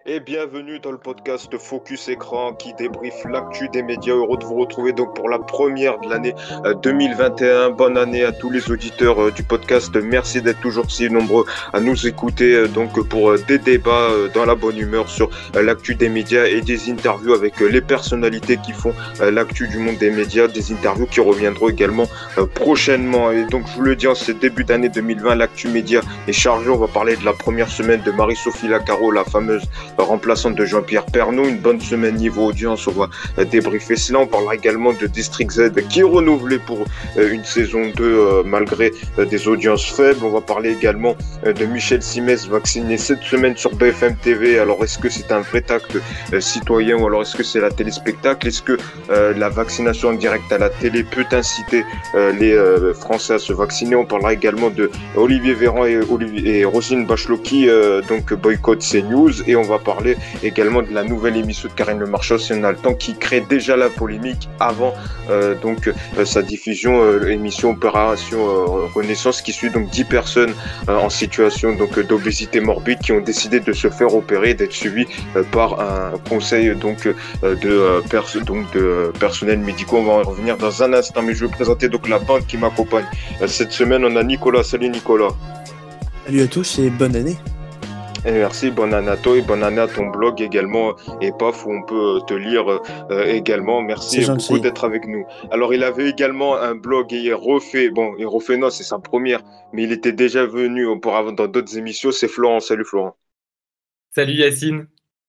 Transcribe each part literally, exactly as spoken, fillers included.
Et bienvenue dans le podcast Focus Écran qui débriefe l'actu des médias. Heureux de vous retrouver donc pour la première de l'année euh, deux mille vingt et un. Bonne année à tous les auditeurs euh, du podcast. Merci d'être toujours si nombreux à nous écouter euh, donc pour euh, des débats euh, dans la bonne humeur sur euh, l'actu des médias et des interviews avec euh, les personnalités qui font euh, l'actu du monde des médias. Des interviews qui reviendront également euh, prochainement. Et donc je vous le dis, en ce début d'année deux mille vingt, l'actu média est chargé. On va parler de la première semaine de Marie-Sophie Lacaro, la fameuse remplaçante de Jean-Pierre Pernaut. Une bonne semaine niveau audience, on va débriefer cela. On parlera également de District Z qui est renouvelé pour une saison deux euh, malgré euh, des audiences faibles. On va parler également euh, de Michel Simès, vacciné cette semaine sur B F M T V. Alors est-ce que c'est un vrai acte euh, citoyen ou alors est-ce que c'est la téléspectacle? Est-ce que euh, la vaccination en direct à la télé peut inciter euh, les euh, Français à se vacciner? On parlera également de Olivier Véran et, Olivier, et Roselyne Bachelot qui euh, donc boycottent CNews, et on va parler également de la nouvelle émission de Karine Le Marchand, si on a le temps, qui crée déjà la polémique avant euh, donc euh, sa diffusion, euh, émission Opération euh, Renaissance, qui suit donc dix personnes euh, en situation donc d'obésité morbide qui ont décidé de se faire opérer, d'être suivies euh, par un conseil donc euh, de euh, pers- donc de personnel médicaux. On va en revenir dans un instant, mais je vais présenter donc la bande qui m'accompagne euh, cette semaine. On a Nicolas. Salut Nicolas. Salut à tous et bonne année. Et merci, bonne année à toi et bonne année à ton blog également, et paf, où on peut te lire euh, également. Merci C'est beaucoup gentil. d'être avec nous. Alors, il avait également un blog et il refait, bon, il refait, non, c'est sa première, mais il était déjà venu auparavant dans d'autres émissions. C'est Florent. Salut Florent. Salut Yacine.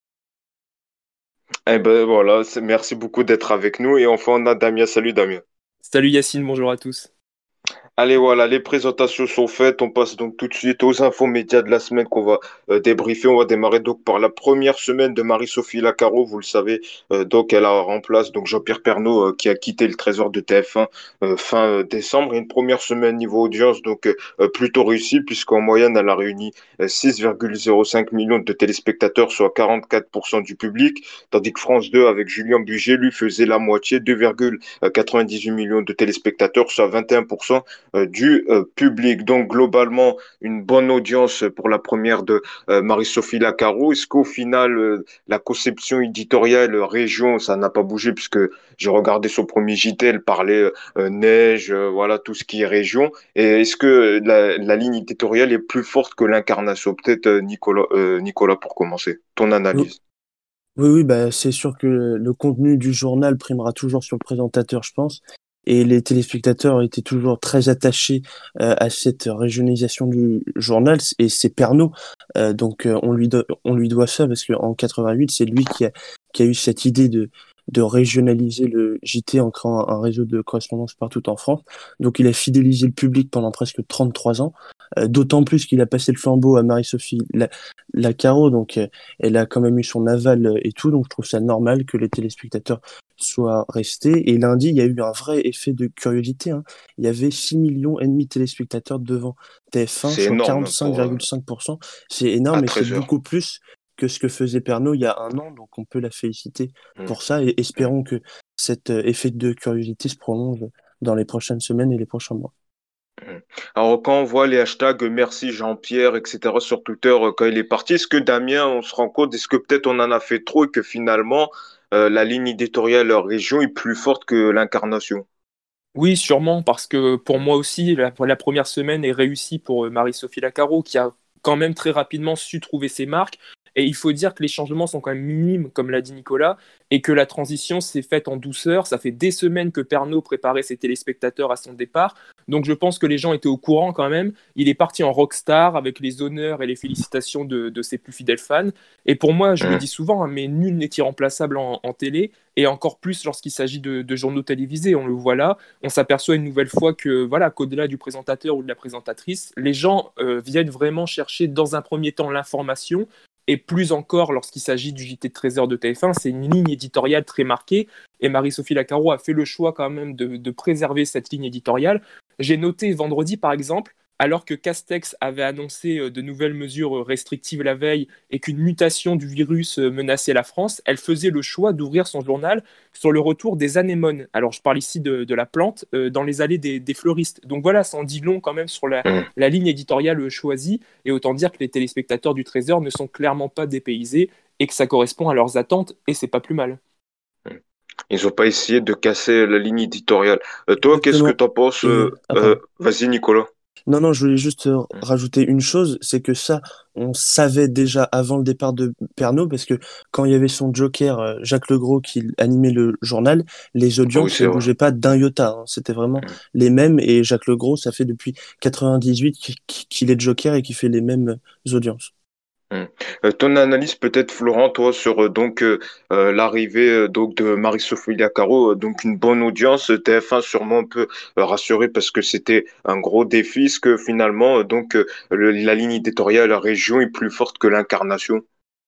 Eh ben voilà, c'est- merci beaucoup d'être avec nous. Et enfin, on a Damien. Salut Damien. Salut Yacine, bonjour à tous. Allez, voilà, les présentations sont faites. On passe donc tout de suite aux infos médias de la semaine qu'on va euh, débriefer. On va démarrer donc par la première semaine de Marie-Sophie Lacaro. Vous le savez, euh, donc elle a remplace donc Jean-Pierre Pernaut euh, qui a quitté le Trésor de T F un euh, fin euh, décembre. Et une première semaine niveau audience donc euh, plutôt réussie, puisqu'en moyenne elle a réuni euh, six virgule zéro cinq millions de téléspectateurs, soit quarante-quatre pour cent du public, tandis que France deux avec Julien Bugier lui faisait la moitié, deux virgule quatre-vingt-dix-huit millions de téléspectateurs, soit vingt et un pour cent euh, du euh, public. Donc globalement, une bonne audience pour la première de euh, Marie-Sophie Lacaro. Est-ce qu'au final, euh, la conception éditoriale euh, région, ça n'a pas bougé, puisque j'ai regardé son premier J T, elle parlait euh, neige, euh, voilà, tout ce qui est région. Et est-ce que la, la ligne éditoriale est plus forte que l'incarnation? Peut-être euh, Nicolas, euh, Nicolas, pour commencer, ton Oui, analyse. oui, oui, bah, c'est sûr que le, le contenu du journal primera toujours sur le présentateur, je pense. Et les téléspectateurs étaient toujours très attachés euh, à cette régionalisation du journal. Et c'est Pernaut. Euh, donc euh, on lui do- on lui doit ça parce qu'en quatre-vingt-huit, c'est lui qui a, qui a eu cette idée de, de régionaliser le J T en créant un, un réseau de correspondance partout en France. Donc il a fidélisé le public pendant presque trente-trois ans. Euh, d'autant plus qu'il a passé le flambeau à Marie-Sophie La- Lacaro. Donc euh, elle a quand même eu son aval euh, et tout. Donc je trouve ça normal que les téléspectateurs soient restés. Et lundi, il y a eu un vrai effet de curiosité, hein. Il y avait six millions et demi de téléspectateurs devant T F un, C'est soit énorme pour euh, quarante-cinq virgule cinq pour cent. C'est énorme à et c'est treize heures. beaucoup plus que ce que faisait Pernod il y a un an. Donc on peut la féliciter Mm, pour ça et mm. espérons que cet euh, effet de curiosité se prolonge dans les prochaines semaines et les prochains mois. Mm. Alors, quand on voit les hashtags merci Jean-Pierre, et cetera sur Twitter, euh, quand il est parti, est-ce que Damien, on se rend compte, est-ce que peut-être on en a fait trop et que finalement, euh, la ligne éditoriale euh, région est plus forte que l'incarnation? Oui, sûrement, parce que pour moi aussi, la, la première semaine est réussie pour euh, Marie-Sophie Lacaro, qui a quand même très rapidement su trouver ses marques. Et il faut dire que les changements sont quand même minimes, comme l'a dit Nicolas, et que la transition s'est faite en douceur. Ça fait des semaines que Pernod préparait ses téléspectateurs à son départ. Donc je pense que les gens étaient au courant quand même. Il est parti en rockstar avec les honneurs et les félicitations de, de ses plus fidèles fans. Et pour moi, je le Mm. dis souvent, hein, mais nul n'est irremplaçable en, en télé, et encore plus lorsqu'il s'agit de, de journaux télévisés. On le voit là, on s'aperçoit une nouvelle fois que voilà, qu'au-delà du présentateur ou de la présentatrice, les gens euh, viennent vraiment chercher dans un premier temps l'information, et plus encore lorsqu'il s'agit du J T de treize heures de T F un, c'est une ligne éditoriale très marquée, et Marie-Sophie Lacaro a fait le choix quand même de, de préserver cette ligne éditoriale. J'ai noté vendredi par exemple, alors que Castex avait annoncé euh, de nouvelles mesures restrictives la veille et qu'une mutation du virus euh, menaçait la France, elle faisait le choix d'ouvrir son journal sur le retour des anémones. Alors je parle ici de, de la plante euh, dans les allées des, des fleuristes. Donc voilà, ça en dit long quand même sur la, Mm. la ligne éditoriale choisie, et autant dire que les téléspectateurs du Trésor ne sont clairement pas dépaysés et que ça correspond à leurs attentes, et c'est pas plus mal. Ils n'ont pas essayé de casser la ligne éditoriale. Euh, toi, qu'est-ce que Exactement. t'en penses? Et euh, ah, euh, pardon. vas-y, Nicolas. Non, non, je voulais juste euh, Mm. rajouter une chose, c'est que ça, on savait déjà avant le départ de Pernod, parce que quand il y avait son joker, euh, Jacques Legros, qui animait le journal, les Ah oui, audiences c'est ne vrai. bougeaient pas d'un iota, hein. C'était vraiment Mm. les mêmes, et Jacques Legros, ça fait depuis quatre-vingt-dix-huit qu'il qu'il est joker et qu'il fait les mêmes audiences. Mm. Euh, ton analyse peut-être, Florent, toi, sur euh, donc euh, euh, l'arrivée euh, donc de Marie-Sophie Lacaro, euh, donc une bonne audience, euh, T F un sûrement un peu euh, rassuré parce que c'était un gros défi, ce que finalement euh, donc euh, le- la ligne éditoriale, la région est plus forte que l'incarnation.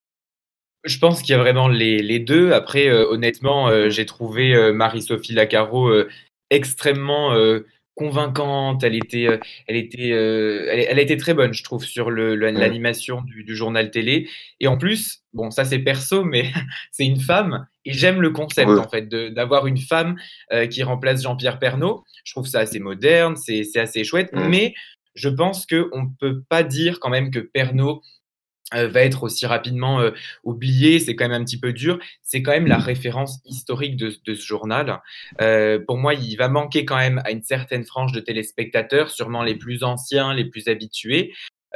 Je pense qu'il y a vraiment les, les deux. Après, euh, honnêtement, euh, Mm. j'ai trouvé euh, Marie-Sophie Lacaro euh, extrêmement euh, convaincante. Elle était, euh, elle était, euh, elle, elle a été très bonne, je trouve, sur le, le- Mm. l'animation du, du journal télé. Et en plus, bon, ça c'est perso, mais c'est une femme. Et j'aime le concept, Ouais. en fait, de- d'avoir une femme euh, qui remplace Jean-Pierre Pernaut. Je trouve ça assez moderne, c'est c'est assez chouette. Mm. Mais je pense qu'on ne peut pas dire quand même que Pernaut euh, va être aussi rapidement euh, oublié, c'est quand même un petit peu dur. C'est quand même la référence historique de, de ce journal. Euh, pour moi, il va manquer quand même à une certaine frange de téléspectateurs, sûrement les plus anciens, les plus habitués.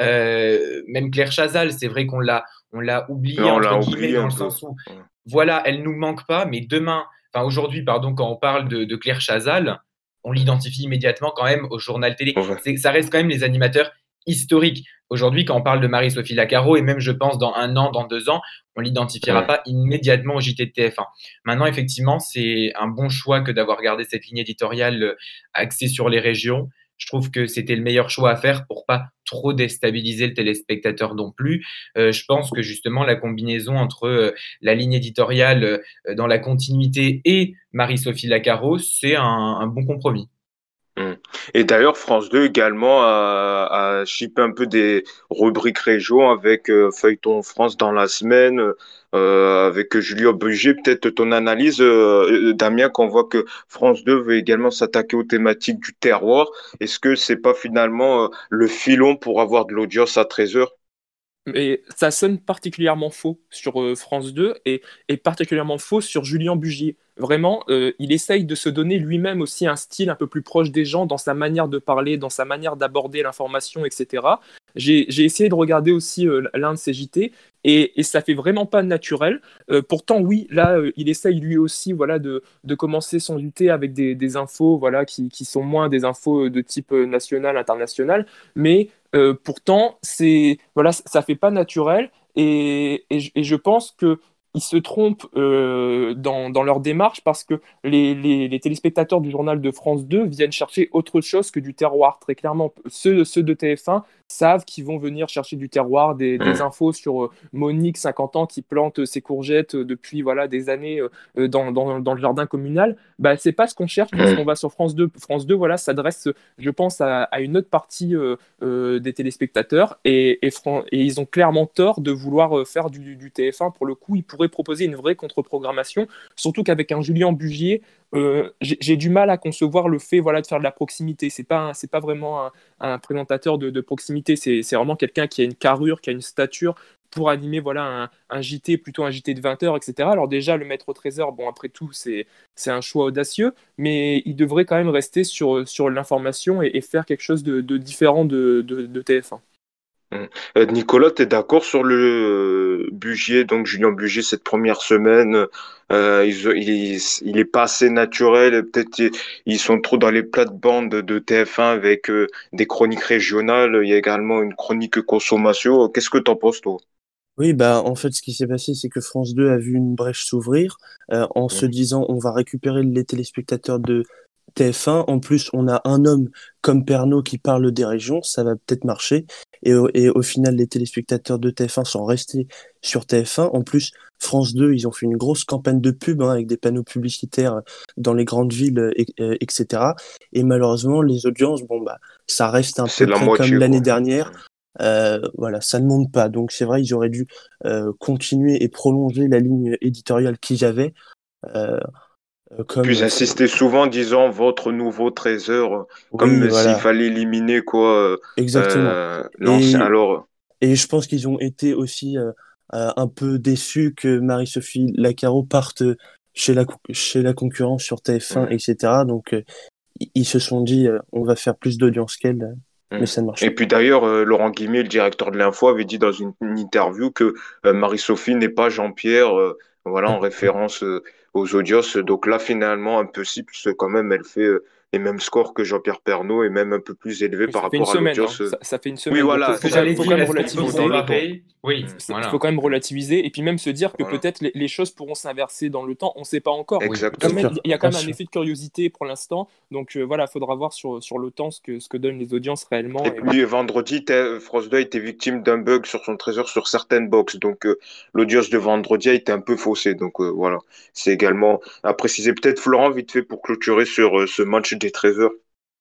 Euh, même Claire Chazal, c'est vrai qu'on l'a, on l'a oublié Là, on entre l'a guillemets oublié dans un le peu. sens où, Ouais. voilà, elle nous manque pas, mais demain, enfin aujourd'hui, pardon, quand on parle de, de Claire Chazal, on l'identifie immédiatement quand même au journal télé. Ouais. C'est, ça reste quand même les animateurs historiques. Aujourd'hui, quand on parle de Marie-Sophie Lacaro, et même je pense dans un an, dans deux ans, on l'identifiera Mm. pas immédiatement au J T de T F un. Maintenant, effectivement, c'est un bon choix que d'avoir gardé cette ligne éditoriale euh, axée sur les régions. Je trouve que c'était le meilleur choix à faire pour pas trop déstabiliser le téléspectateur non plus. Euh, je pense que justement la combinaison entre euh, la ligne éditoriale euh, dans la continuité et Marie-Sophie Lacaro, c'est un, un bon compromis. Mm. Et d'ailleurs, France deux également a, a shippé un peu des rubriques région avec euh, Feuilleton France dans la semaine, euh, avec Julien Bugier. Peut-être ton analyse, euh, euh, Damien, qu'on voit que France deux veut également s'attaquer aux thématiques du terroir. Est-ce que c'est pas finalement euh, le filon pour avoir de l'audience à treize heures? Mais ça sonne particulièrement faux sur euh, France deux et, et particulièrement faux sur Julien Bugier. Vraiment, euh, il essaye de se donner lui-même aussi un style un peu plus proche des gens dans sa manière de parler, dans sa manière d'aborder l'information, et cetera. J'ai j'ai essayé de regarder aussi euh, l'un de ses J T et, et ça fait vraiment pas naturel. Euh, pourtant, oui, là, euh, il essaye lui aussi voilà, de, de commencer son J T avec des, des infos voilà, qui, qui sont moins des infos de type euh, national, international, mais euh, pourtant, c'est voilà, ça fait pas naturel et, et, je et je pense que ils se trompent euh, dans, dans leur démarche parce que les, les, les téléspectateurs du journal de France deux viennent chercher autre chose que du terroir, très clairement. Ceux, ceux de T F un savent qu'ils vont venir chercher du terroir, des, des Mm. infos sur euh, Monique, cinquante ans, qui plante ses courgettes euh, depuis voilà, des années euh, dans, dans, dans le jardin communal. Bah, c'est pas ce qu'on cherche lorsqu'on Mm. va sur France deux. France deux voilà, s'adresse, je pense, à, à une autre partie euh, euh, des téléspectateurs et, et, fran- et ils ont clairement tort de vouloir euh, faire du, du T F un. Pour le coup, ils pourraient proposer une vraie contre-programmation, surtout qu'avec un Julien Bugier, euh, j'ai j'ai du mal à concevoir le fait voilà, de faire de la proximité. C'est pas, un- c'est pas vraiment un, un présentateur de, de proximité, c'est c'est vraiment quelqu'un qui a une carrure, qui a une stature pour animer voilà, un, un J T, plutôt un J T de vingt heures, et cetera. Alors déjà, le mettre au trésor, bon, après tout, c'est c'est un choix audacieux, mais il devrait quand même rester sur, sur l'information et, et faire quelque chose de, de différent de, de, de T F un. Mm. Euh, Nicolas, tu es d'accord sur le euh, Bugier, donc Julien Bugier, cette première semaine, euh, ils ont- il, il est pas assez naturel, peut-être qu'ils ils sont trop dans les plates-bandes de T F un avec euh, des chroniques régionales, il y a également une chronique consommation. Qu'est-ce que t'en penses, toi? Oui, bah en fait, ce qui s'est passé, c'est que France deux a vu une brèche s'ouvrir euh, en se Mm. disant on va récupérer les téléspectateurs de T F un. En plus, on a un homme comme Pernod qui parle des régions, ça va peut-être marcher. Et, au- et au final, les téléspectateurs de T F un sont restés sur T F un. En plus, France deux, ils ont fait une grosse campagne de pub hein, avec des panneaux publicitaires dans les grandes villes, euh, et- euh, et cetera. Et malheureusement, les audiences, bon bah, ça reste à C'est peu la près comme moitié, l'année quoi. dernière. Euh, voilà, ça ne monte pas. Donc c'est vrai, ils auraient dû euh, continuer et prolonger la ligne éditoriale qu'ils avaient, euh, euh, comme Puis euh, c'est- insister souvent en disant votre nouveau trésor, oui, comme s'il voilà, fallait éliminer, quoi, euh, exactement. euh, l'ancien. Et Alors, et je pense qu'ils ont été aussi euh, euh, un peu déçus que Marie-Sophie Lacaro parte chez la, chez la concurrence sur T F un, Mmh. et cetera. Donc, euh, ils se sont dit, euh, on va faire plus d'audience qu'elle, euh, Mmh. mais ça ne marche Et pas. puis d'ailleurs, euh, Laurent Guimet, le directeur de l'Info, avait dit dans une, une interview que euh, Marie-Sophie n'est pas Jean-Pierre, euh, voilà, en référence euh, aux audiences. Donc là, finalement, impossible, puisque quand même, elle fait euh, les mêmes scores que Jean-Pierre Pernaut et même un peu plus élevé Oui, par ça fait une rapport à semaine, hein. l'audience. euh. Ça, ça fait une Oui, semaine, donc faut, voilà, Ce que faut, ça, quand j'allais faut quand dire, même est-ce qu'on peut faut dans le relativiser. temps. comparer? Oui, Mmh. Il faut voilà. quand même relativiser et puis même se dire que Voilà, peut-être les, les choses pourront s'inverser dans le temps, on ne sait pas encore. Oui, Quand Bien exactement. même, sûr, il y a quand bien même un sûr. effet de curiosité pour l'instant, donc euh, voilà, il faudra voir sur, sur le temps ce que, ce que donnent les audiences réellement. Et Et voilà. puis vendredi, T- France deux a été victime d'un bug sur son trésor sur certaines box. Donc euh, l'audience de vendredi a été un peu faussée. Donc euh, voilà, c'est également à préciser. Peut-être Florent, vite fait pour clôturer sur euh, ce match des trésors.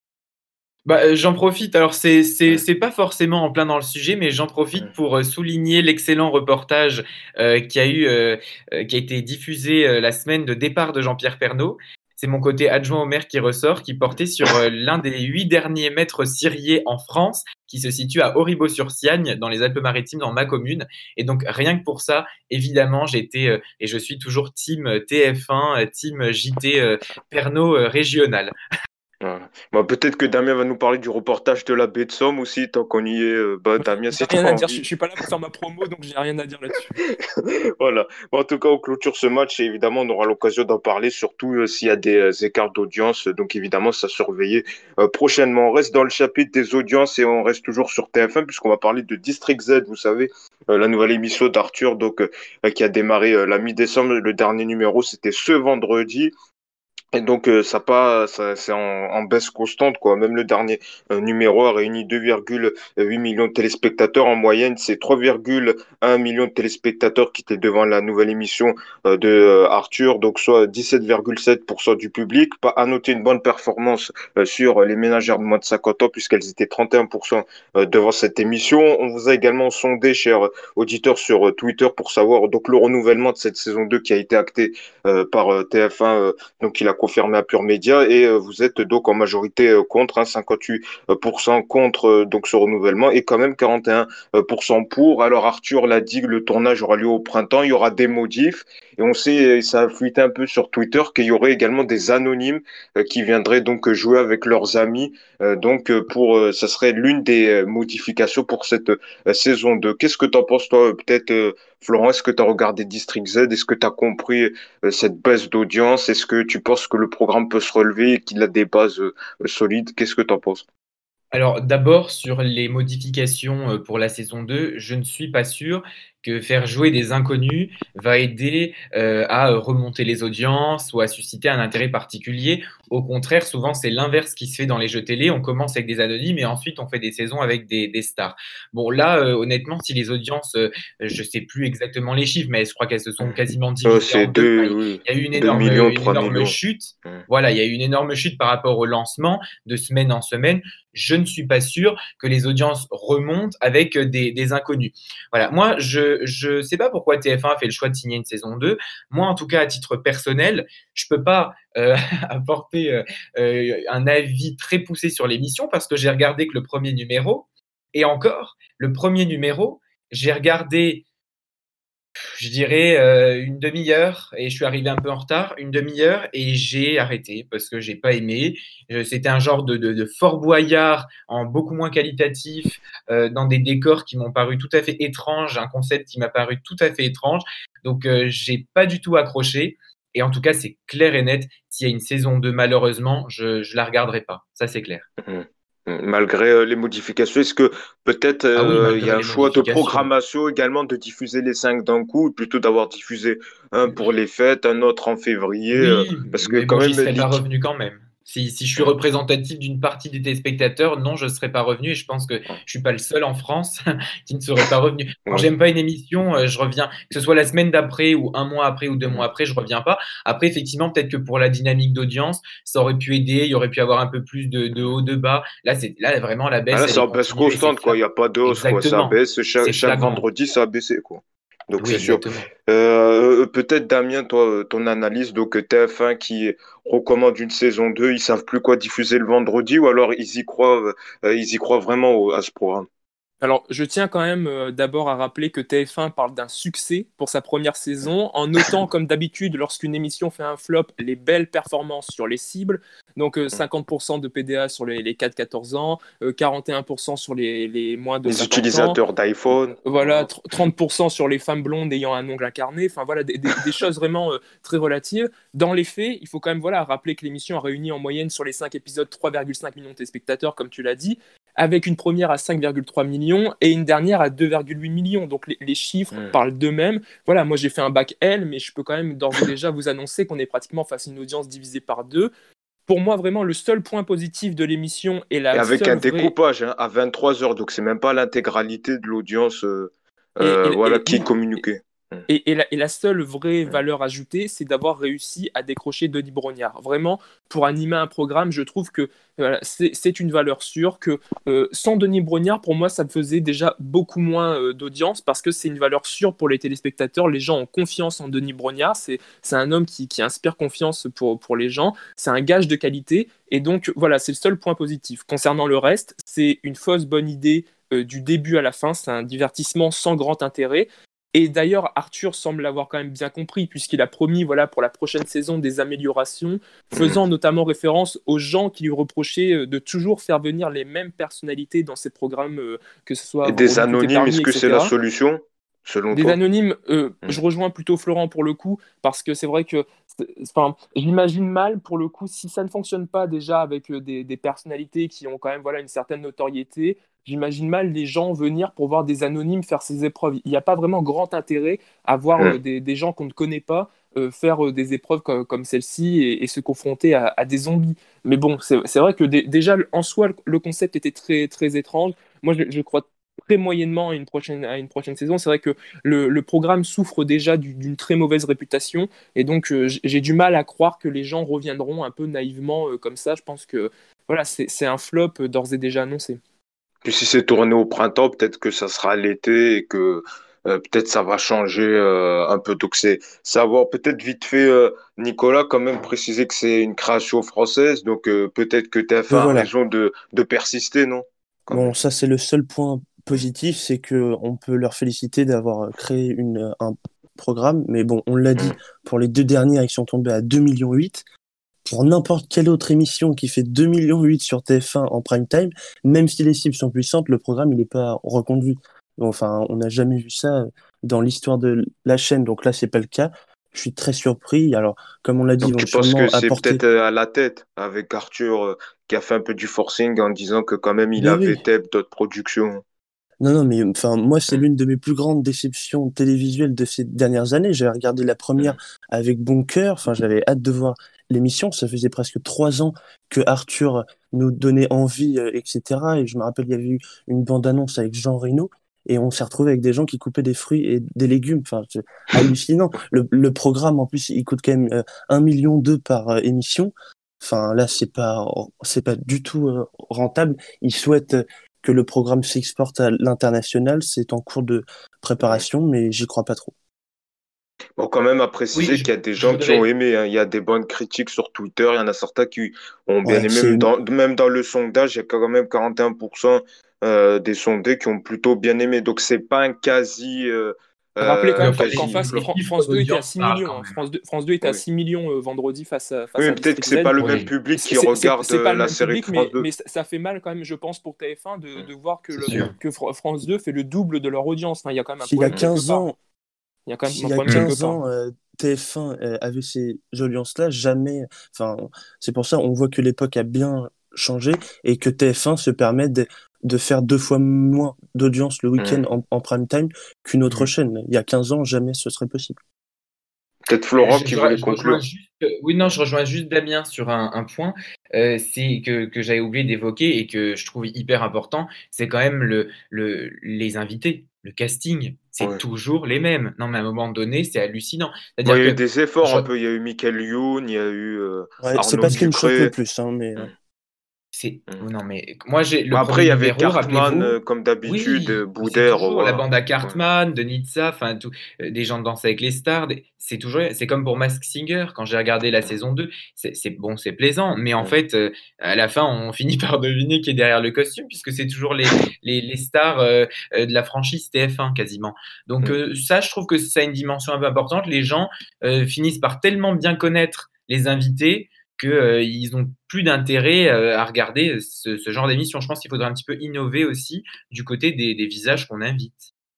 Bah, euh, j'en profite. Alors, c'est c'est Hum, c'est pas forcément en plein dans le sujet, mais j'en profite hum. pour euh, souligner l'excellent reportage euh, qui a eu euh, euh, qui a été diffusé euh, la semaine de départ de Jean-Pierre Pernaut. C'est mon côté adjoint au maire qui ressort, qui portait sur euh, l'un des huit derniers maîtres ciriers en France, qui se situe à Auribeau-sur-Siagne, dans les Alpes-Maritimes, dans ma commune. Et donc, rien que pour ça, évidemment, j'étais euh, et je suis toujours team T F un, euh, team J T euh, Pernaut euh, régional. Voilà. Bah, peut-être que Damien va nous parler du reportage de la baie de Somme aussi, tant qu'on y est. euh, bah, Moi, J'ai Damien, j'ai si tu rien as à dire, je, je envie. suis pas là pour faire ma promo, donc j'ai rien à dire là-dessus. Voilà. Bon, en tout cas, on clôture ce match et évidemment, on aura l'occasion d'en parler, surtout euh, s'il y a des euh, écarts d'audience. Donc, évidemment, ça surveiller euh, prochainement. On reste dans le chapitre des audiences et on reste toujours sur T F un puisqu'on va parler de District Z, vous savez, euh, la nouvelle émission d'Arthur, donc euh, qui a démarré euh, la mi-décembre. Le dernier numéro, c'était ce vendredi. Et donc euh, ça pas ça c'est en, en baisse constante quoi. Même le dernier euh, numéro a réuni deux virgule huit millions de téléspectateurs en moyenne. C'est trois virgule un millions de téléspectateurs qui étaient devant la nouvelle émission euh, de euh, Arthur. Donc soit dix-sept virgule sept pour cent du public. Pas à noter une bonne performance euh, sur les ménagères de moins de cinquante ans puisqu'elles étaient trente et un pour cent euh, devant cette émission. On vous a également sondé, chers auditeurs, sur euh, Twitter pour savoir donc le renouvellement de cette saison deux qui a été acté euh, par euh, T F un. euh, donc il a confirmé à Pure Média et euh, vous êtes donc en majorité euh, contre, hein, cinquante-huit pour cent contre euh, donc ce renouvellement et quand même quarante et un pour cent pour. Alors Arthur l'a dit, le tournage aura lieu au printemps, il y aura des modifs et on sait, et ça a fuité un peu sur Twitter, qu'il y aurait également des anonymes euh, qui viendraient donc jouer avec leurs amis. Euh, donc euh, pour, euh, ça serait l'une des euh, modifications pour cette euh, saison deux. Qu'est-ce que tu en penses toi, peut-être euh, Florent, est-ce que tu as regardé District Z? Est-ce que tu as compris euh, cette baisse d'audience? Est-ce que tu penses que le programme peut se relever et qu'il a des bases euh, solides? Qu'est-ce que tu en penses? Alors d'abord sur les modifications euh, pour la saison deux, je ne suis pas sûr que faire jouer des inconnus va aider euh, à remonter les audiences ou à susciter un intérêt particulier. Au contraire, souvent c'est l'inverse qui se fait dans les jeux télé. On commence avec des anonymes et ensuite on fait des saisons avec des, des stars. Bon là, euh, honnêtement, si les audiences, euh, je sais plus exactement les chiffres, mais je crois qu'elles se sont quasiment Euh, divisées c'est en deux. Enfin, deux, il oui, y a eu une deux énorme, millions, une trois énorme millions. chute. Hum, Voilà, il y a eu une énorme chute par rapport au lancement de semaine en semaine. Je ne suis pas sûr que les audiences remontent avec des, des inconnus. Voilà, moi, je ne sais pas pourquoi T F un a fait le choix de signer une saison deux. Moi, en tout cas, à titre personnel, je ne peux pas euh, apporter euh, euh, un avis très poussé sur l'émission parce que j'ai regardé que le premier numéro. Et encore, le premier numéro, j'ai regardé je dirais euh, une demi-heure et je suis arrivé un peu en retard, une demi-heure et j'ai arrêté parce que j'ai pas aimé. Euh, C'était un genre de, de, de Fort Boyard en beaucoup moins qualitatif, euh, dans des décors qui m'ont paru tout à fait étranges, un concept qui m'a paru tout à fait étrange. Donc euh, j'ai pas du tout accroché. Et en tout cas, c'est clair et net. S'il y a une saison deux, malheureusement, je je la regarderai pas. Ça, c'est clair. hum, hum. Malgré euh, les modifications, est-ce que peut-être Ah oui, euh, il y a malgré un les choix de modifications. programmation également de diffuser les cinq d'un coup, ou plutôt d'avoir diffusé un pour les fêtes, un autre en février, euh, Oui, parce que mais quand bon, j'y même serais pas l'I T, revenu quand même. Si, si je suis hum, représentatif d'une partie des téléspectateurs, non, je ne serais pas revenu et je pense que hum, je suis pas le seul en France qui ne serait pas revenu. Quand ouais, j'aime pas une émission, euh, je reviens, que ce soit la semaine d'après ou un mois après ou deux mois hum. après, je reviens pas. Après, effectivement, peut-être que pour la dynamique d'audience, ça aurait pu aider, il y aurait pu avoir un peu plus de, de haut, de bas. Là, c'est, là, vraiment, la Ah, baisse, là, elle c'est est en baisse continue et c'est constante, quoi. Il flagrant. n'y a pas de hausse, quoi. Ça Exactement. baisse. Chaque, C'est chaque flagrant. vendredi, ça a baissé, quoi. Donc, Oui, c'est sûr. exactement. Euh, peut-être, Damien, toi, euh, ton analyse. Donc, T F un qui recommande une saison deux, ils savent plus quoi diffuser le vendredi ou alors ils y croient, euh, ils y croient vraiment au- à ce programme. Alors, je tiens quand même euh, d'abord à rappeler que T F un parle d'un succès pour sa première saison, en notant, comme d'habitude, lorsqu'une émission fait un flop, les belles performances sur les cibles. Donc, euh, cinquante pour cent de P D A sur les, les quatre quatorze ans, euh, quarante et un pour cent sur les, les moins de Les cinquante ans. utilisateurs d'iPhone. Voilà, tr- trente pour cent sur les femmes blondes ayant un ongle incarné. Enfin, voilà, des, des- des choses vraiment euh, très relatives. Dans les faits, il faut quand même voilà, rappeler que l'émission a réuni en moyenne sur les cinq épisodes trois virgule cinq millions de téléspectateurs, comme tu l'as dit, avec une première à cinq virgule trois millions et une dernière à deux virgule huit millions. Donc les, les chiffres Mm. parlent d'eux-mêmes. Voilà, moi j'ai fait un bac L, mais je peux quand même d'ores et déjà vous annoncer qu'on est pratiquement face à une audience divisée par deux. Pour moi, vraiment, le seul point positif de l'émission et Et la avec seule un vraie... découpage hein, à vingt-trois heures, donc c'est même pas l'intégralité de l'audience euh, Et, euh, et- voilà, et qui est oui, communiquée. Mm. Et, et la, et la seule vraie Mm. valeur ajoutée, c'est d'avoir réussi à décrocher Denis Brognard. Vraiment, pour animer un programme, je trouve que voilà, c'est c'est une valeur sûre, que euh, sans Denis Brognard, pour moi, ça me faisait déjà beaucoup moins euh, d'audience, parce que c'est une valeur sûre pour les téléspectateurs. Les gens ont confiance en Denis Brognard. C'est c'est un homme qui, qui inspire confiance pour, pour les gens. C'est un gage de qualité. Et donc, voilà, c'est le seul point positif. Concernant le reste, c'est une fausse bonne idée euh, du début à la fin. C'est un divertissement sans grand intérêt. Et d'ailleurs, Arthur semble l'avoir quand même bien compris, puisqu'il a promis voilà, pour la prochaine saison des améliorations, faisant notamment référence aux gens qui lui reprochaient euh, de toujours faire venir les mêmes personnalités dans ses programmes, euh, que ce soit Et des Vendredi tout est anonymes, est-ce permis, que c'est la et cetera. solution, selon Des toi? anonymes, euh, Mm. je rejoins plutôt Florent pour le coup, parce que c'est vrai que c'est- enfin, j'imagine mal pour le coup, si ça ne fonctionne pas déjà avec euh, des, des personnalités qui ont quand même voilà, une certaine notoriété, j'imagine mal les gens venir pour voir des anonymes faire ces épreuves. Il n'y a pas vraiment grand intérêt à voir euh, Mm. des, des gens qu'on ne connaît pas euh, faire euh, des épreuves comme, comme celle-ci et, et se confronter à, à des zombies. Mais bon, c'est c'est vrai que dé- déjà en soi, le, le concept était très, très étrange. Moi, je, je crois très moyennement à une prochaine, à une prochaine saison. C'est vrai que le, le programme souffre déjà du- d'une très mauvaise réputation, et donc euh, j- j'ai du mal à croire que les gens reviendront un peu naïvement euh, comme ça. Je pense que voilà, c'est c'est un flop euh, d'ores et déjà annoncé. Puis si c'est tourné au printemps, peut-être que ça sera l'été et que euh, peut-être ça va changer euh, un peu. Donc c'est savoir peut-être vite fait, euh, Nicolas, quand même préciser que c'est une création française. Donc euh, peut-être que Oui, T F un a voilà. raison de, de persister, non? Quand Bon, même. ça c'est le seul point positif, c'est que on peut leur féliciter d'avoir euh, créé une, euh, un programme. Mais bon, on l'a dit, Mm. pour les deux dernières, ils sont tombés à deux virgule huit millions. Pour n'importe quelle autre émission qui fait deux virgule huit millions sur T F un en prime time, même si les cibles sont puissantes, le programme il n'est pas reconduit. Enfin, on n'a jamais vu ça dans l'histoire de la chaîne, donc là c'est pas le cas. Je suis très surpris. Alors, comme on l'a dit, ils Donc vont tu penses que sûrement c'est apporter. peut-être euh, à la tête avec Arthur euh, qui a fait un peu du forcing en disant que quand même il Mais avait oui. T E P d'autres productions. Non, non, mais enfin, moi, c'est Mm. l'une de mes plus grandes déceptions télévisuelles de ces dernières années. J'avais regardé la première Mm. avec bon cœur. Enfin, j'avais hâte de voir l'émission. Ça faisait presque trois ans que Arthur nous donnait envie, euh, et cetera. Et je me rappelle, il y avait eu une bande-annonce avec Jean Reno. Et on s'est retrouvé avec des gens qui coupaient des fruits et des légumes. Enfin, c'est hallucinant. Le, le programme, en plus, il coûte quand même euh, un million deux par euh, émission. Enfin, là, c'est pas, c'est pas du tout euh, rentable. Ils souhaitent euh, que le programme s'exporte à l'international. C'est en cours de Mm. préparation, mais j'y crois pas trop. Bon, quand même à Oui, préciser je, qu'il y a des je gens qui ont voudrais. aimé, hein. Il y a des bonnes critiques sur Twitter. Il y en a certains qui ont bien Ouais, aimé. c'est, Même dans, même dans le sondage, il y a quand même quarante et un pour cent euh, des sondés qui ont plutôt bien aimé. Donc, c'est pas un quasi, euh, Rappelez quand euh, Oui, même enfin, qu'en les, qu'en quasi face, flop. les Fran- chiffres France deux était à d'audience six parlent millions. quand hein. même. France deux, France deux était à Oui. six millions euh, vendredi face à, face Oui, à mais peut-être que District c'est Z. pas le même Oui, public C'est qui c'est- c'est- regarde c'est euh, pas le la même série que public, France mais, deux. mais ça, ça fait mal quand même, je pense, pour T F un de, Mm. de voir que, c'est le, sûr. que Fr- France deux fait le double de leur audience. Enfin, il y a quand même un s'il y a problème quelque quinze part. ans, Il y a quand même s'il un y a problème quelque quinze part. ans, euh, T F un euh, avait ces audiences-là, jamais, enfin, c'est pour ça, on voit que l'époque a bien changé et que T F un se permet de, de faire deux fois moins d'audience le week-end Mm. en, en prime time qu'une autre Mhm. chaîne. Il y a quinze ans, jamais ce serait possible. Peut-être Euh, Florent Je, qui je- voulait je rejoins conclure. juste, euh, oui, non, je rejoins juste Damien sur un, un point, euh, c'est que, que j'avais oublié d'évoquer et que je trouve hyper important, c'est quand même le, le, les invités, le casting, c'est Ouais. toujours les mêmes. Non, mais à un moment donné, c'est hallucinant. Bon, il C'est-à-dire y a eu que des efforts je- un peu. Il y a eu Michael Youn, il y a eu euh, Ouais, c'est Arnaud pas ce qui me choque le Ducré. plus, hein, mais Mm. euh, C'est Mm. non, mais moi, j'ai Bon, le après, il premier y avait numéro, Cartman, rappelez-vous. euh, comme d'habitude, euh, Oui, mais c'est Boudère, toujours la voilà. bande à Ouais. Cartman, de Nizza, enfin tout, euh, des gens de Danse avec les stars. des- C'est toujours, c'est comme pour Mask Singer. Quand j'ai regardé la Mm. saison deux, c'est c'est- bon, c'est plaisant, mais en Mm. fait, euh, à la fin, on finit par deviner qui est derrière le costume, puisque c'est toujours les, les, les stars euh, euh, de la franchise T F un quasiment. Donc Mm. euh, ça, je trouve que ça a une dimension un peu importante. Les gens euh, finissent par tellement bien connaître les invités qu'ils n'ont plus d'intérêt euh, à regarder ce, ce genre d'émission. Je pense qu'il faudrait un petit peu innover aussi du côté des, des visages qu'on invite.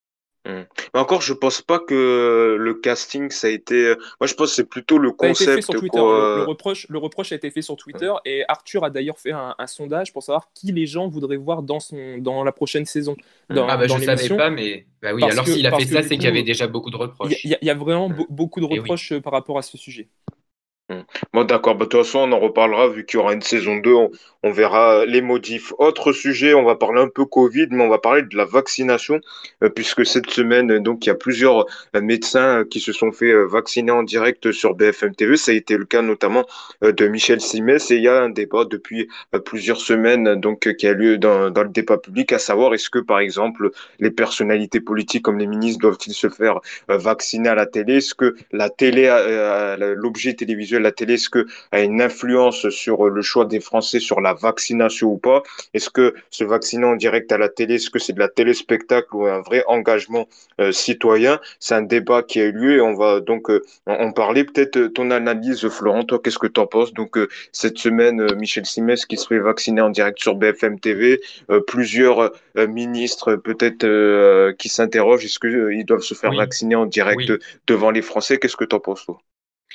Mm. Mais encore, je pense pas que le casting, ça a été. Moi, je pense que c'est plutôt le Ça a été fait sur concept, Twitter. Le, le quoi. reproche, le reproche a été fait sur Ouais. Twitter et Arthur a d'ailleurs fait un, un sondage pour savoir qui les gens voudraient voir dans, son, dans la prochaine saison, Mm. Ah dans, bah je dans savais l'émission. pas, mais bah oui, Parce alors que, s'il a fait parce que ça, du c'est qu'il y avait coup, déjà beaucoup de il y, a- il reproches. y a vraiment Mm. be- beaucoup de Et oui. reproches euh, par rapport à ce sujet. Mm. Bon, d'accord. Bah, de toute façon, on en reparlera vu qu'il y aura une saison deux. On, on verra les modifs. Autre sujet, on va parler un peu Covid, mais on va parler de la vaccination, euh, puisque cette semaine, euh, donc, il y a plusieurs euh, médecins euh, qui se sont fait euh, vacciner en direct sur B F M T V. Ça a été le cas notamment euh, de Michel Simès. Et il y a un débat depuis euh, plusieurs semaines, euh, donc, euh, qui a lieu dans, dans le débat public, à savoir est-ce que, par exemple, les personnalités politiques comme les ministres doivent-ils se faire euh, vacciner à la télé? Est-ce que la télé, euh, l'objet télévisuel, la télé, est-ce que a une influence sur le choix des Français sur la vaccination ou pas? Est-ce que se vacciner en direct à la télé, est-ce que c'est de la téléspectacle ou un vrai engagement euh, citoyen? C'est un débat qui a eu lieu et on va donc euh, en, en parler. Peut-être euh, ton analyse, Florent, toi, qu'est-ce que tu en penses? Donc, euh, cette semaine, euh, Michel Simès qui se fait vacciner en direct sur B F M T V, euh, plusieurs euh, ministres peut-être euh, qui s'interrogent, est-ce qu'ils doivent se faire Oui, vacciner en direct oui. devant les Français? Qu'est-ce que tu en penses, toi?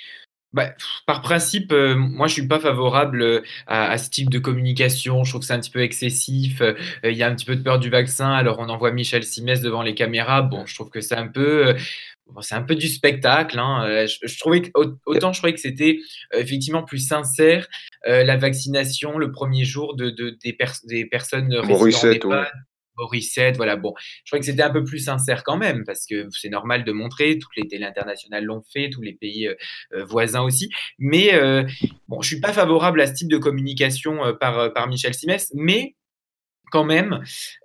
Bah, pff, par principe, euh, moi je suis pas favorable euh, à, à ce type de communication. Je trouve que c'est un petit peu excessif. Euh, Il y a un petit peu de peur du vaccin. Alors on envoie Michel Simès devant les caméras. Bon, je trouve que c'est un peu, euh, bon, c'est un peu du spectacle. Hein. Euh, Je, je trouvais que, au- autant je trouvais que c'était euh, effectivement plus sincère euh, la vaccination le premier jour de, de- des, pers- des personnes résidant en Morissette, oui. EHPAD. Morissette, voilà, bon, je trouvais que c'était un peu plus sincère quand même, parce que c'est normal de montrer, toutes les télés internationales l'ont fait, tous les pays euh, euh, voisins aussi, mais euh, bon, je suis pas favorable à ce type de communication euh, par, euh, par Michel Simès, mais quand même,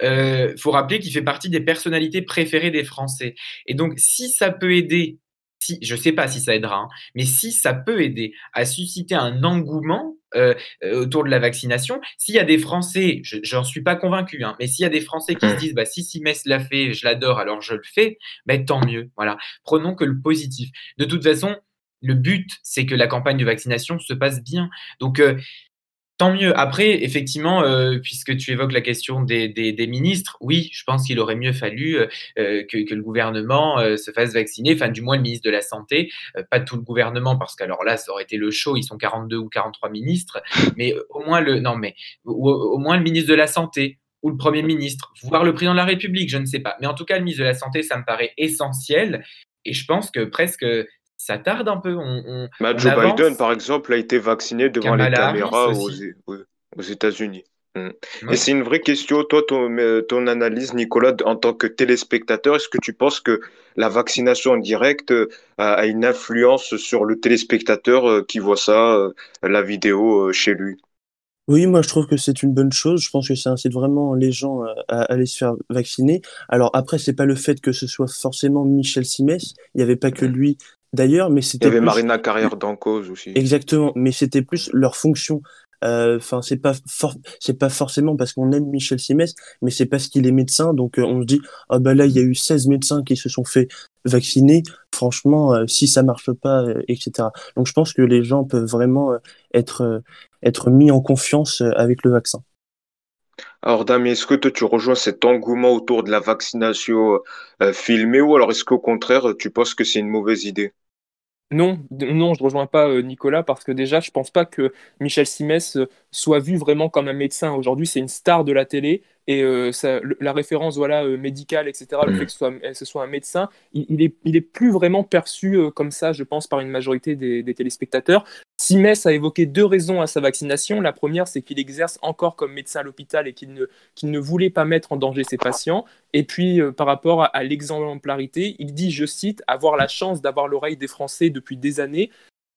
il faut rappeler qu'il fait partie des personnalités préférées des Français. Et donc, si ça peut aider, si, je ne sais pas si ça aidera, hein, mais si ça peut aider à susciter un engouement euh, euh, autour de la vaccination, s'il y a des Français, je j'en suis pas convaincu, hein, mais s'il y a des Français qui se disent, bah, si Simès l'a fait, je l'adore, alors je le fais, bah, tant mieux. Voilà. Prenons que le positif. De toute façon, le but, c'est que la campagne de vaccination se passe bien. Donc, euh, tant mieux. Après, effectivement, euh, puisque tu évoques la question des, des, des ministres, oui, je pense qu'il aurait mieux fallu euh, euh, que, que le gouvernement euh, se fasse vacciner, enfin du moins le ministre de la Santé, euh, pas tout le gouvernement, parce qu'alors là, ça aurait été le show, ils sont quarante-deux ou quarante-trois ministres, mais euh, au moins le, non, mais au, au moins le ministre de la Santé ou le Premier ministre, voire le président de la République, je ne sais pas. Mais en tout cas, le ministre de la Santé, ça me paraît essentiel, et je pense que presque ça tarde un peu, on, on, Bah, on Joe Biden, avance. par exemple, a été vacciné devant les Kamala Harris caméras aux, aussi. oui, aux États-Unis. Mm. Et Oui. c'est une vraie question, toi, ton, mais, ton analyse, Nicolas, en tant que téléspectateur, est-ce que tu penses que la vaccination en direct euh, a, a une influence sur le téléspectateur euh, qui voit ça, euh, la vidéo euh, chez lui? Oui, moi je trouve que c'est une bonne chose. Je pense que ça incite vraiment les gens euh, à aller se faire vacciner. Alors après, c'est pas le fait que ce soit forcément Michel Simès. Il n'y avait pas que Mm. lui d'ailleurs, mais Il y c'était avait plus Marina Carrère d'Encausse aussi. exactement. Mais c'était Mm. plus leur fonction. Euh, Enfin, c'est pas for- c'est pas forcément parce qu'on aime Michel Simès, mais c'est parce qu'il est médecin. Donc euh, on se dit, ah bah là il y a eu seize médecins qui se sont fait vacciner. Franchement, euh, si ça marche pas, euh, et cetera. Donc je pense que les gens peuvent vraiment euh, être euh, être mis en confiance euh, avec le vaccin. Alors, Damien, est-ce que toi, tu rejoins cet engouement autour de la vaccination euh, filmée ou alors est-ce qu'au contraire, tu penses que c'est une mauvaise idée? Non, d- non, je rejoins pas euh, Nicolas parce que déjà, je pense pas que Michel Simès euh, soit vu vraiment comme un médecin. Aujourd'hui, c'est une star de la télé et euh, ça- le- la référence voilà euh, médicale, et cetera. Le fait que ce soit, euh, ce soit un médecin, il, il est, il est plus vraiment perçu euh, comme ça, je pense, par une majorité des, des téléspectateurs. Simès a évoqué deux raisons à sa vaccination. La première, c'est qu'il exerce encore comme médecin à l'hôpital et qu'il ne, qu'il ne voulait pas mettre en danger ses patients. Et puis, euh, par rapport à, à l'exemplarité, il dit, je cite, avoir la chance d'avoir l'oreille des Français depuis des années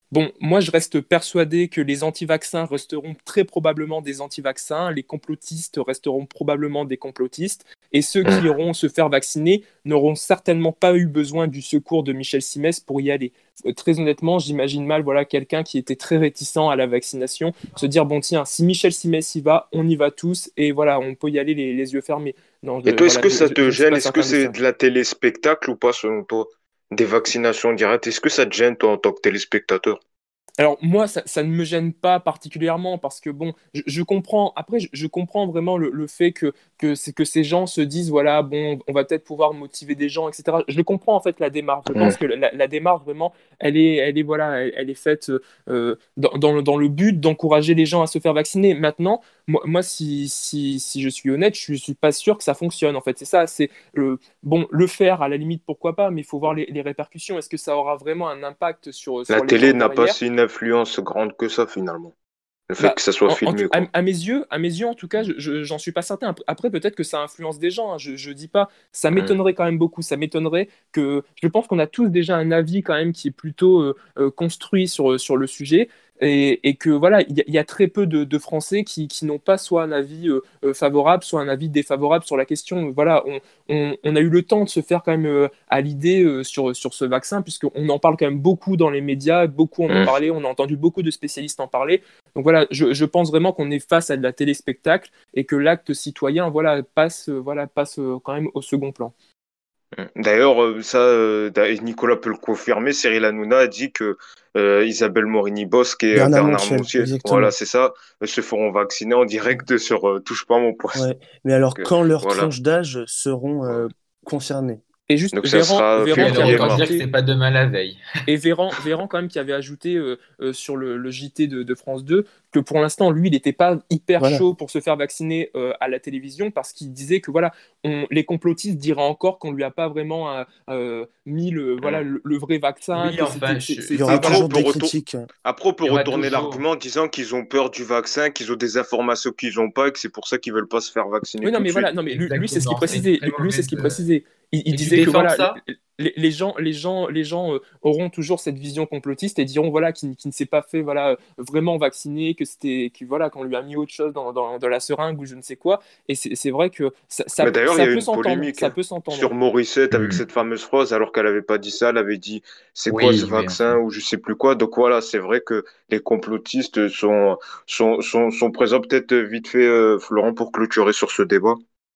Bon, moi, je reste persuadé que les anti-vaccins resteront très probablement des anti-vaccins, les complotistes resteront probablement des complotistes, et ceux qui iront se faire vacciner n'auront certainement pas eu besoin du secours de Michel Simès pour y aller. Euh, Très honnêtement, j'imagine mal voilà, quelqu'un qui était très réticent à la vaccination se dire, bon tiens, si Michel Simès y va, on y va tous, et voilà, on peut y aller les, les yeux fermés. Non, Et je, toi, est-ce voilà, que je, ça je- te je ne suis gêne? pas Est-ce que certain de c'est ça. de la téléspectacle ou pas selon toi? Des vaccinations directes, est-ce que ça te gêne toi en tant que téléspectateur? Alors moi, ça, ça ne me gêne pas particulièrement parce que bon, je, je comprends. Après, je, je comprends vraiment le, le fait que que c'est que ces gens se disent voilà, bon, on va peut-être pouvoir motiver des gens, et cetera. Je le comprends en fait la démarche. Je Mm. pense que la, la démarche vraiment, elle est, elle est voilà, elle, elle est faite euh, dans, dans le, dans le but d'encourager les gens à se faire vacciner. Maintenant, moi, moi si, si, si je suis honnête, je suis pas sûr que ça fonctionne. En fait, c'est ça. C'est le bon, le faire à la limite, pourquoi pas, mais il faut voir les, les répercussions. Est-ce que ça aura vraiment un impact sur La sur les télé gens n'a pas derrière? si une influence grande que ça finalement. Le fait Bah, que ça soit en- en filmé, tout- à, quoi. à mes yeux, à mes yeux en tout cas, je, je- j'en suis pas certain. Après, après, peut-être que ça influence des gens, hein, je, je dis pas. Ça Mm. m'étonnerait quand même beaucoup. Ça m'étonnerait que. Je pense qu'on a tous déjà un avis quand même qui est plutôt euh, euh, construit sur, sur le sujet. Et, et que voilà, il y, a il y a très peu de, de Français qui, qui n'ont pas soit un avis euh, euh, favorable, soit un avis défavorable sur la question. Voilà, on, on- on a eu le temps de se faire quand même euh, à l'idée euh, sur, sur ce vaccin, puisqu'on en parle quand même beaucoup dans les médias, beaucoup en ont Mm. parlé, on a entendu beaucoup de spécialistes en parler. Donc voilà, je, je pense vraiment qu'on est face à de la téléspectacle et que l'acte citoyen voilà, passe, euh, voilà, passe euh, quand même au second plan. Mm. D'ailleurs, euh, ça, euh, d'a- et Nicolas peut le confirmer, Cyril Hanouna a dit que euh, Isabelle Morini-Bosque et euh, Bernard Bernard Montiel, Montier, voilà, exactement. c'est ça, euh, se feront vacciner en direct sur euh, Touche pas à mon poste. Ouais. Mais alors, Donc, euh, quand leurs voilà. tranches d'âge seront Voilà. euh, concernées? Et juste, Donc ça Véran, sera Oui, Véran qui alors avait février, autant mars. dire que rajouté, c'est pas demain la veille. et Véran, Véran quand même qui avait ajouté euh, euh, sur le, le J T de, de France deux que pour l'instant, lui, il n'était pas hyper Voilà. chaud pour se faire vacciner euh, à la télévision parce qu'il disait que voilà, on, les complotistes diraient encore qu'on lui a pas vraiment euh, euh, mis le, voilà, Mm. le, le vrai vaccin, Oui, que enfin, c'était, c'est- je- Il y c'était, aura Après, voilà, on toujours peut des retour- critiques. Après, on peut il y aura retourner toujours. l'argument en disant qu'ils ont peur du vaccin, qu'ils ont des informations qu'ils n'ont pas et que c'est pour ça qu'ils veulent pas se faire vacciner Oui, non, tout de mais suite. voilà, non, mais lui, lui, c'est ce qu'il Exactement, c'est une précisait. très Lui, c'est ce mauvaise. qu'il euh, précisait. Il, il Et tu disait que défends voilà, ça? les, les gens, les gens, les gens euh, auront toujours cette vision complotiste et diront voilà qu'il qu'il ne s'est pas fait voilà euh, vraiment vacciner, que c'était, que voilà qu'on lui a mis autre chose dans, dans, dans la seringue ou je ne sais quoi. Et c'est c'est vrai que ça, ça, Mais d'ailleurs, il y ça a eu peut une s'entendre, polémique ça hein, peut s'entendre. sur Morissette avec Hmm. cette fameuse phrase, alors qu'elle n'avait pas dit ça, elle avait dit c'est quoi ce Oui, mais vaccin enfin. ou je sais plus quoi. Donc voilà, c'est vrai que les complotistes sont, sont, sont, sont présents. Peut-être euh, vite fait, euh, Florent, pour clôturer sur ce débat.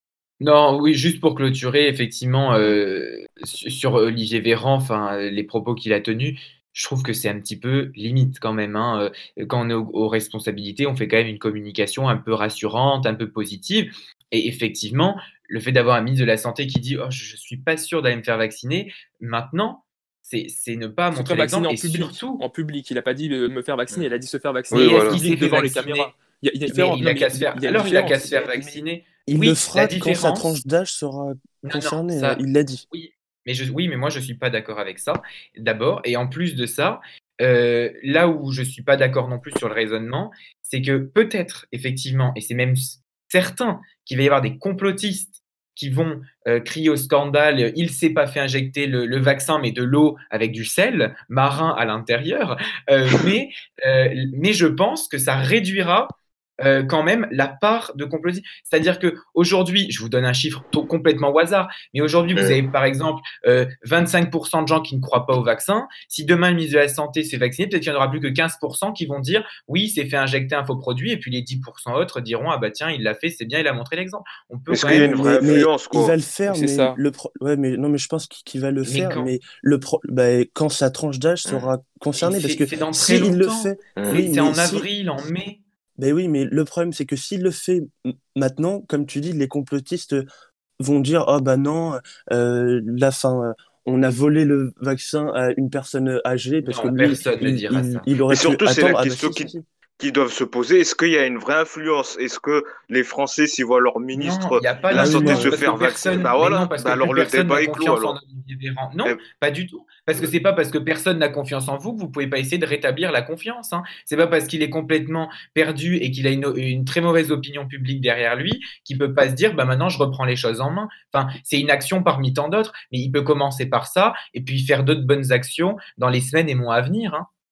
Non, oui, juste pour clôturer, effectivement, euh, su- sur Olivier Véran, enfin, euh, les propos qu'il a tenus, je trouve que c'est un petit peu limite quand même, hein. Euh, Quand on est aux, aux responsabilités, on fait quand même une communication un peu rassurante, un peu positive. Et effectivement, le fait d'avoir un ministre de la Santé qui dit, oh, je ne suis pas sûr d'aller me faire vacciner, maintenant, c'est c'est ne pas Se faire montrer vacciner l'exemple. en Et public, surtout, en public. Il n'a pas dit euh, me faire vacciner, il a dit se faire vacciner Oui, mais en est-ce voilà. qu'il s'est public fait devant les vacciner? caméras. Il y a, il y a Mais différence. il Non, a mais il y a, qu'à se faire. il y a une Alors, il a qu'à différence. se faire vacciner. Il le Oui, la fera quand sa tranche différence. d'âge sera Non, non, concernée. euh, ça, Il l'a dit. oui, mais je, oui, mais moi je suis pas d'accord avec ça. D'abord, et en plus de ça, euh, là où je suis pas d'accord non plus sur le raisonnement, c'est que peut-être effectivement, et c'est même s- certain qu'il va y avoir des complotistes qui vont euh, crier au scandale, euh, il s'est pas fait injecter le, le vaccin, mais de l'eau avec du sel marin à l'intérieur. Euh, mais, euh, mais je pense que ça réduira euh, quand même la part de complotistes. C'est-à-dire que aujourd'hui, je vous donne un chiffre to- complètement au hasard, mais aujourd'hui, vous avez Mm. par exemple euh, vingt-cinq pour cent de gens qui ne croient pas au vaccin. Si demain le ministre de la Santé s'est vacciné, peut-être qu'il n'y en aura plus que quinze pour cent qui vont dire oui, il s'est fait injecter un faux produit, et puis les dix pour cent autres diront ah bah tiens, il l'a fait, c'est bien, il a montré l'exemple. On peut Est-ce quand qu'il y a Ouais, une même. vraie mais, mais influence, il va quoi? le faire, C'est mais ça. le pro... ouais, mais non, mais je pense qu'il qu'il va le Mais faire, quand mais le pro... bah, quand sa tranche d'âge Mm. sera Et concernée, parce c'est que c'est dans très si il le longtemps. fait, Mm. C'est oui, c'est mais en si, avril, en mai. ben oui, mais le problème c'est que s'il le fait m- maintenant, comme tu dis, les complotistes vont dire, oh bah non, euh, la fin, euh, on a volé le vaccin à une personne âgée parce que Non, lui, personne ne il, dira il, ça. il Et aurait pu surtout, c'est la attendre. Ah bah question si, si, qui, si. qui doivent se poser. Est-ce qu'il y a une vraie influence? Est-ce que les Français, s'ils voient leur Non, il ministre n'y a pas de la Ah oui, Santé d'influence se non. parce que faire vacciner? personne, Bah mais non, voilà, parce bah que plus alors le personne n'a débat est clos confiance en alors. Olivier Véran. Eh, Non, pas du tout. Parce que c'est pas parce que personne n'a confiance en vous que vous pouvez pas essayer de rétablir la confiance. Hein. C'est pas parce qu'il est complètement perdu et qu'il a une, une très mauvaise opinion publique derrière lui qu'il peut pas se dire bah maintenant je reprends les choses en main. Enfin, c'est une action parmi tant d'autres, mais il peut commencer par ça et puis faire d'autres bonnes actions dans les semaines et mois à venir. Hein.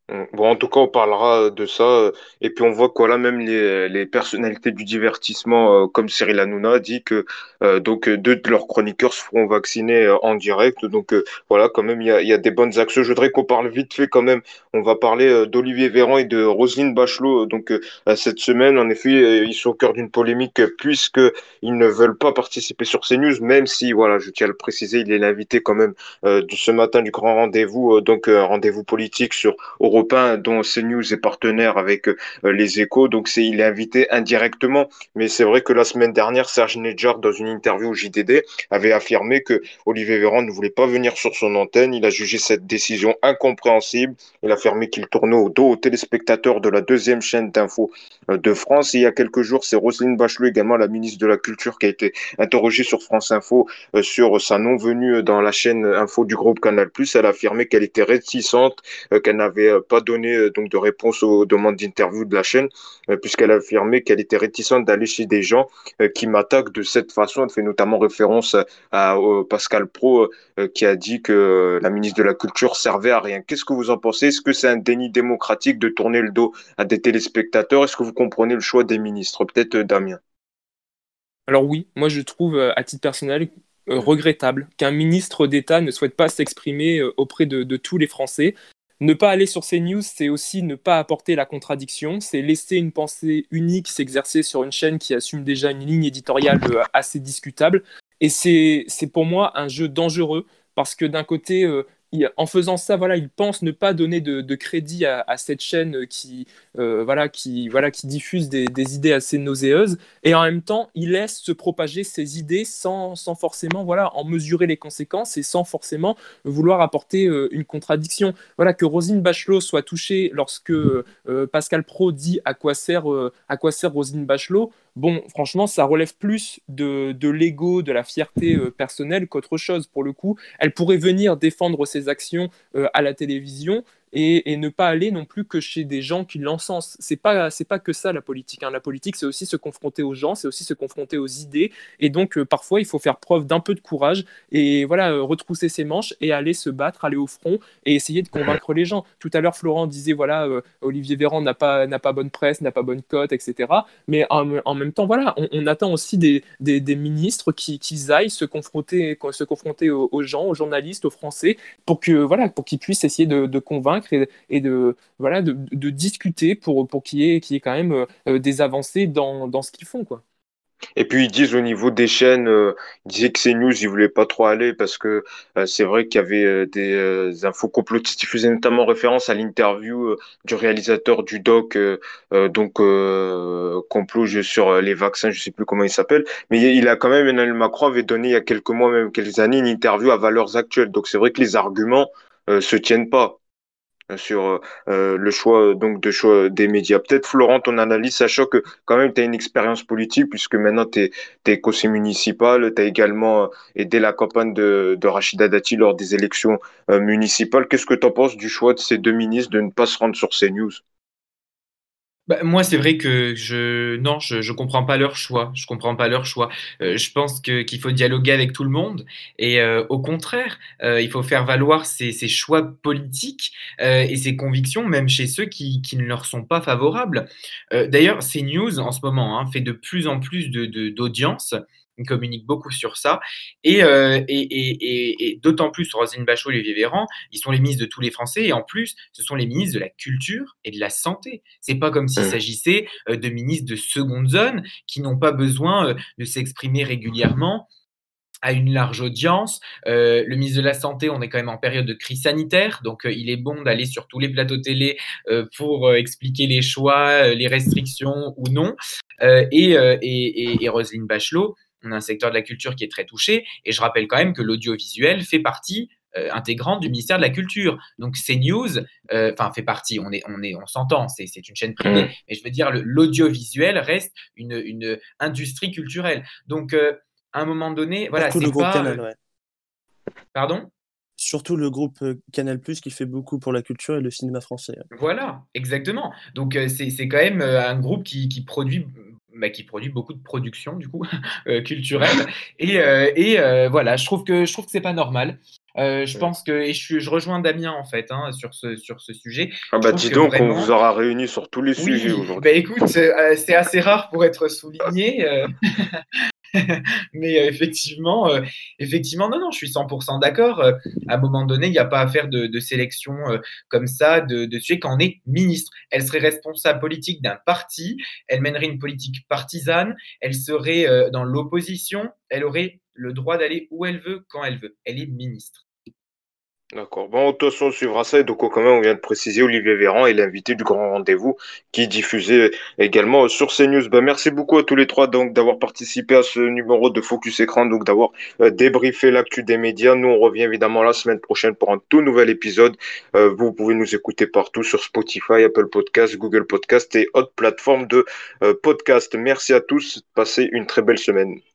Mm. Bon, en tout cas, on parlera de ça. euh, Et puis, on voit que voilà, même les, les personnalités du divertissement, euh, comme Cyril Hanouna, a dit que euh, donc euh, deux de leurs chroniqueurs se feront vacciner euh, en direct. Donc, euh, voilà, quand même, il y a, il y a des bonnes actions. Je voudrais qu'on parle vite fait quand même. On va parler euh, d'Olivier Véran et de Roselyne Bachelot. Donc, euh, euh, cette semaine, en effet, euh, ils sont au cœur d'une polémique euh, puisque ils ne veulent pas participer sur CNews, même si, voilà, je tiens à le préciser, il est l'invité quand même euh, de ce matin du grand rendez-vous, euh, donc euh, un rendez-vous politique sur Europe un, dont CNews est partenaire avec euh, les Échos, donc c'est il est invité indirectement. Mais c'est vrai que la semaine dernière, Serge Nedjar, dans une interview au J D D, avait affirmé que Olivier Véran ne voulait pas venir sur son antenne. Il a jugé cette décision incompréhensible. Il a affirmé qu'il tournait au dos aux téléspectateurs de la deuxième chaîne d'info euh, de France. Et il y a quelques jours, c'est Roselyne Bachelot, également la ministre de la Culture, qui a été interrogée sur France Info euh, sur sa non-venue dans la chaîne info du groupe Canal+. Elle a affirmé qu'elle était réticente, euh, qu'elle n'avait euh, pas donné euh, donc de réponse aux demandes d'interview de la chaîne, euh, puisqu'elle a affirmé qu'elle était réticente d'aller chez des gens euh, qui m'attaquent de cette façon. Elle fait notamment référence à, à Pascal Praud, euh, qui a dit que euh, la ministre de la Culture servait à rien. Qu'est-ce que vous en pensez? Est-ce que c'est un déni démocratique de tourner le dos à des téléspectateurs? Est-ce que vous comprenez le choix des ministres? Peut-être euh, Damien. Alors oui, moi je trouve euh, à titre personnel euh, regrettable qu'un ministre d'État ne souhaite pas s'exprimer euh, auprès de, de tous les Français. Ne pas aller sur CNews, c'est aussi ne pas apporter la contradiction, c'est laisser une pensée unique s'exercer sur une chaîne qui assume déjà une ligne éditoriale euh, assez discutable. Et c'est, c'est pour moi un jeu dangereux parce que d'un côté, euh, il- en faisant ça, voilà, il pense ne pas donner de, de crédit à, à cette chaîne qui, euh, voilà, qui, voilà, qui diffuse des, des idées assez nauséeuses. Et en même temps, il laisse se propager ses idées sans, sans forcément voilà, en mesurer les conséquences et sans forcément vouloir apporter euh, une contradiction. Voilà, que Roselyne Bachelot soit touchée lorsque euh, Pascal Praud dit à quoi sert, euh, à quoi sert Roselyne Bachelot. Bon, franchement, ça relève plus de, de l'ego, de la fierté euh, personnelle qu'autre chose. Pour le coup, elle pourrait venir défendre ses actions euh, à la télévision et, et ne pas aller non plus que chez des gens qui l'encensent. C'est pas, c'est pas que ça la politique, hein. La politique, c'est aussi se confronter aux gens, c'est aussi se confronter aux idées. Et donc, euh, parfois, il faut faire preuve d'un peu de courage et voilà, euh, retrousser ses manches et aller se battre, aller au front et essayer de convaincre les gens. Tout à l'heure, Florent disait voilà, euh, Olivier Véran n'a pas, n'a pas bonne presse, n'a pas bonne cote, et cetera. Mais en, en même temps, voilà, on, on attend aussi des, des, des ministres qui, qui aillent se confronter, se confronter aux, aux gens, aux journalistes, aux Français, pour que voilà, pour qu'ils puissent essayer de, de convaincre et, et de voilà, de, de discuter pour pour qu'il y ait qu'il y ait quand même euh, des avancées dans, dans ce qu'ils font, quoi. Et puis ils disent au niveau des chaînes, euh, ils disaient que CNews, ils voulaient pas trop aller parce que euh, c'est vrai qu'il y avait euh, des euh, infos complotistes. Ils faisaient notamment référence à l'interview euh, du réalisateur du doc, euh, euh, donc euh, complot je- sur euh, les vaccins, je sais plus comment il s'appelle, mais il a quand même, Emmanuel Macron avait donné il y a quelques mois, même quelques années, une interview à Valeurs Actuelles. Donc c'est vrai que les arguments euh, se tiennent pas sur euh, euh, le choix donc de choix des médias. Peut-être Florent, ton analyse, sachant que quand même tu as une expérience politique puisque maintenant tu es, conseiller municipal, tu as également euh, aidé la campagne de, de Rachida Dati lors des élections euh, municipales. Qu'est-ce que tu en penses du choix de ces deux ministres de ne pas se rendre sur CNews? Bah, moi, c'est vrai que je non, je je comprends pas leur choix. Je comprends pas leur choix. Heu, je pense que qu'il faut dialoguer avec tout le monde et heu, au contraire, heu, il faut faire valoir ses ses choix politiques, heu et ses convictions, même chez ceux qui qui ne leur sont pas favorables. Heu, d'ailleurs, CNews, en ce moment, hein, fait de plus en plus de de d'audience. Ils communiquent beaucoup sur ça et heu et et et et d'autant plus Roselyne Bachelot et Olivier Véran, ils sont les ministres de tous les Français et en plus, ce sont les ministres de la culture et de la santé. C'est pas comme s'il Hum. s'agissait euh, de ministres de seconde zone qui n'ont pas besoin euh, de s'exprimer régulièrement à une large audience. Euh, le ministre de la Santé, on est quand même en période de crise sanitaire, donc euh, il est bon d'aller sur tous les plateaux télé euh, pour euh, expliquer les choix, euh, les restrictions ou non. Euh, et, euh, et, et, et Roselyne Bachelot, on a un secteur de la culture qui est très touché, et je rappelle quand même que l'audiovisuel fait partie euh, intégrante du ministère de la Culture. Donc CNews, euh, enfin fait partie, on est, on est, on s'entend, c'est, c'est une chaîne privée, Hum. mais je veux dire le, l'audiovisuel reste une, une industrie culturelle. Donc euh, à un moment donné, voilà, Surtout le c'est groupe pas. Canal, euh, ouais. Pardon? Surtout le groupe euh, Canal+, qui fait beaucoup pour la culture et le cinéma français, ouais. Voilà, exactement. Donc euh, c'est c'est quand même euh, un groupe qui, qui produit. Bah, qui produit beaucoup de production du coup euh, culturelle et, euh, et euh, voilà je trouve que je trouve que c'est pas normal. Euh, je Ouais. pense que, et je, suis- je rejoins Damien en fait hein, sur ce, sur ce sujet. Ah Je bah trouve dis que donc, on vraiment, vous aura réunis sur tous les sujets oui, bah aujourd'hui. écoute, euh, c'est assez rare pour être souligné. euh, Mais euh, effectivement, euh, effectivement, non, non, je suis cent pour cent d'accord. Euh, à un moment donné, il n'y a pas à faire de, de sélection euh, comme ça de, de sujet quand on est ministre. Elle serait responsable politique d'un parti, elle mènerait une politique partisane, elle serait euh, dans l'opposition, elle aurait le droit d'aller où elle veut, quand elle veut. Elle est ministre. D'accord. Bon, de toute façon, on suivra ça. Et donc, quand même, on vient de préciser, Olivier Véran est l'invité du grand rendez-vous qui est diffusé également sur CNews. Ben, merci beaucoup à tous les trois donc d'avoir participé à ce numéro de Focus Écran, donc d'avoir euh, débriefé l'actu des médias. Nous, on revient évidemment la semaine prochaine pour un tout nouvel épisode. Euh, vous pouvez nous écouter partout sur Spotify, Apple Podcasts, Google Podcasts et autres plateformes de euh, podcast. Merci à tous. Passez une très belle semaine.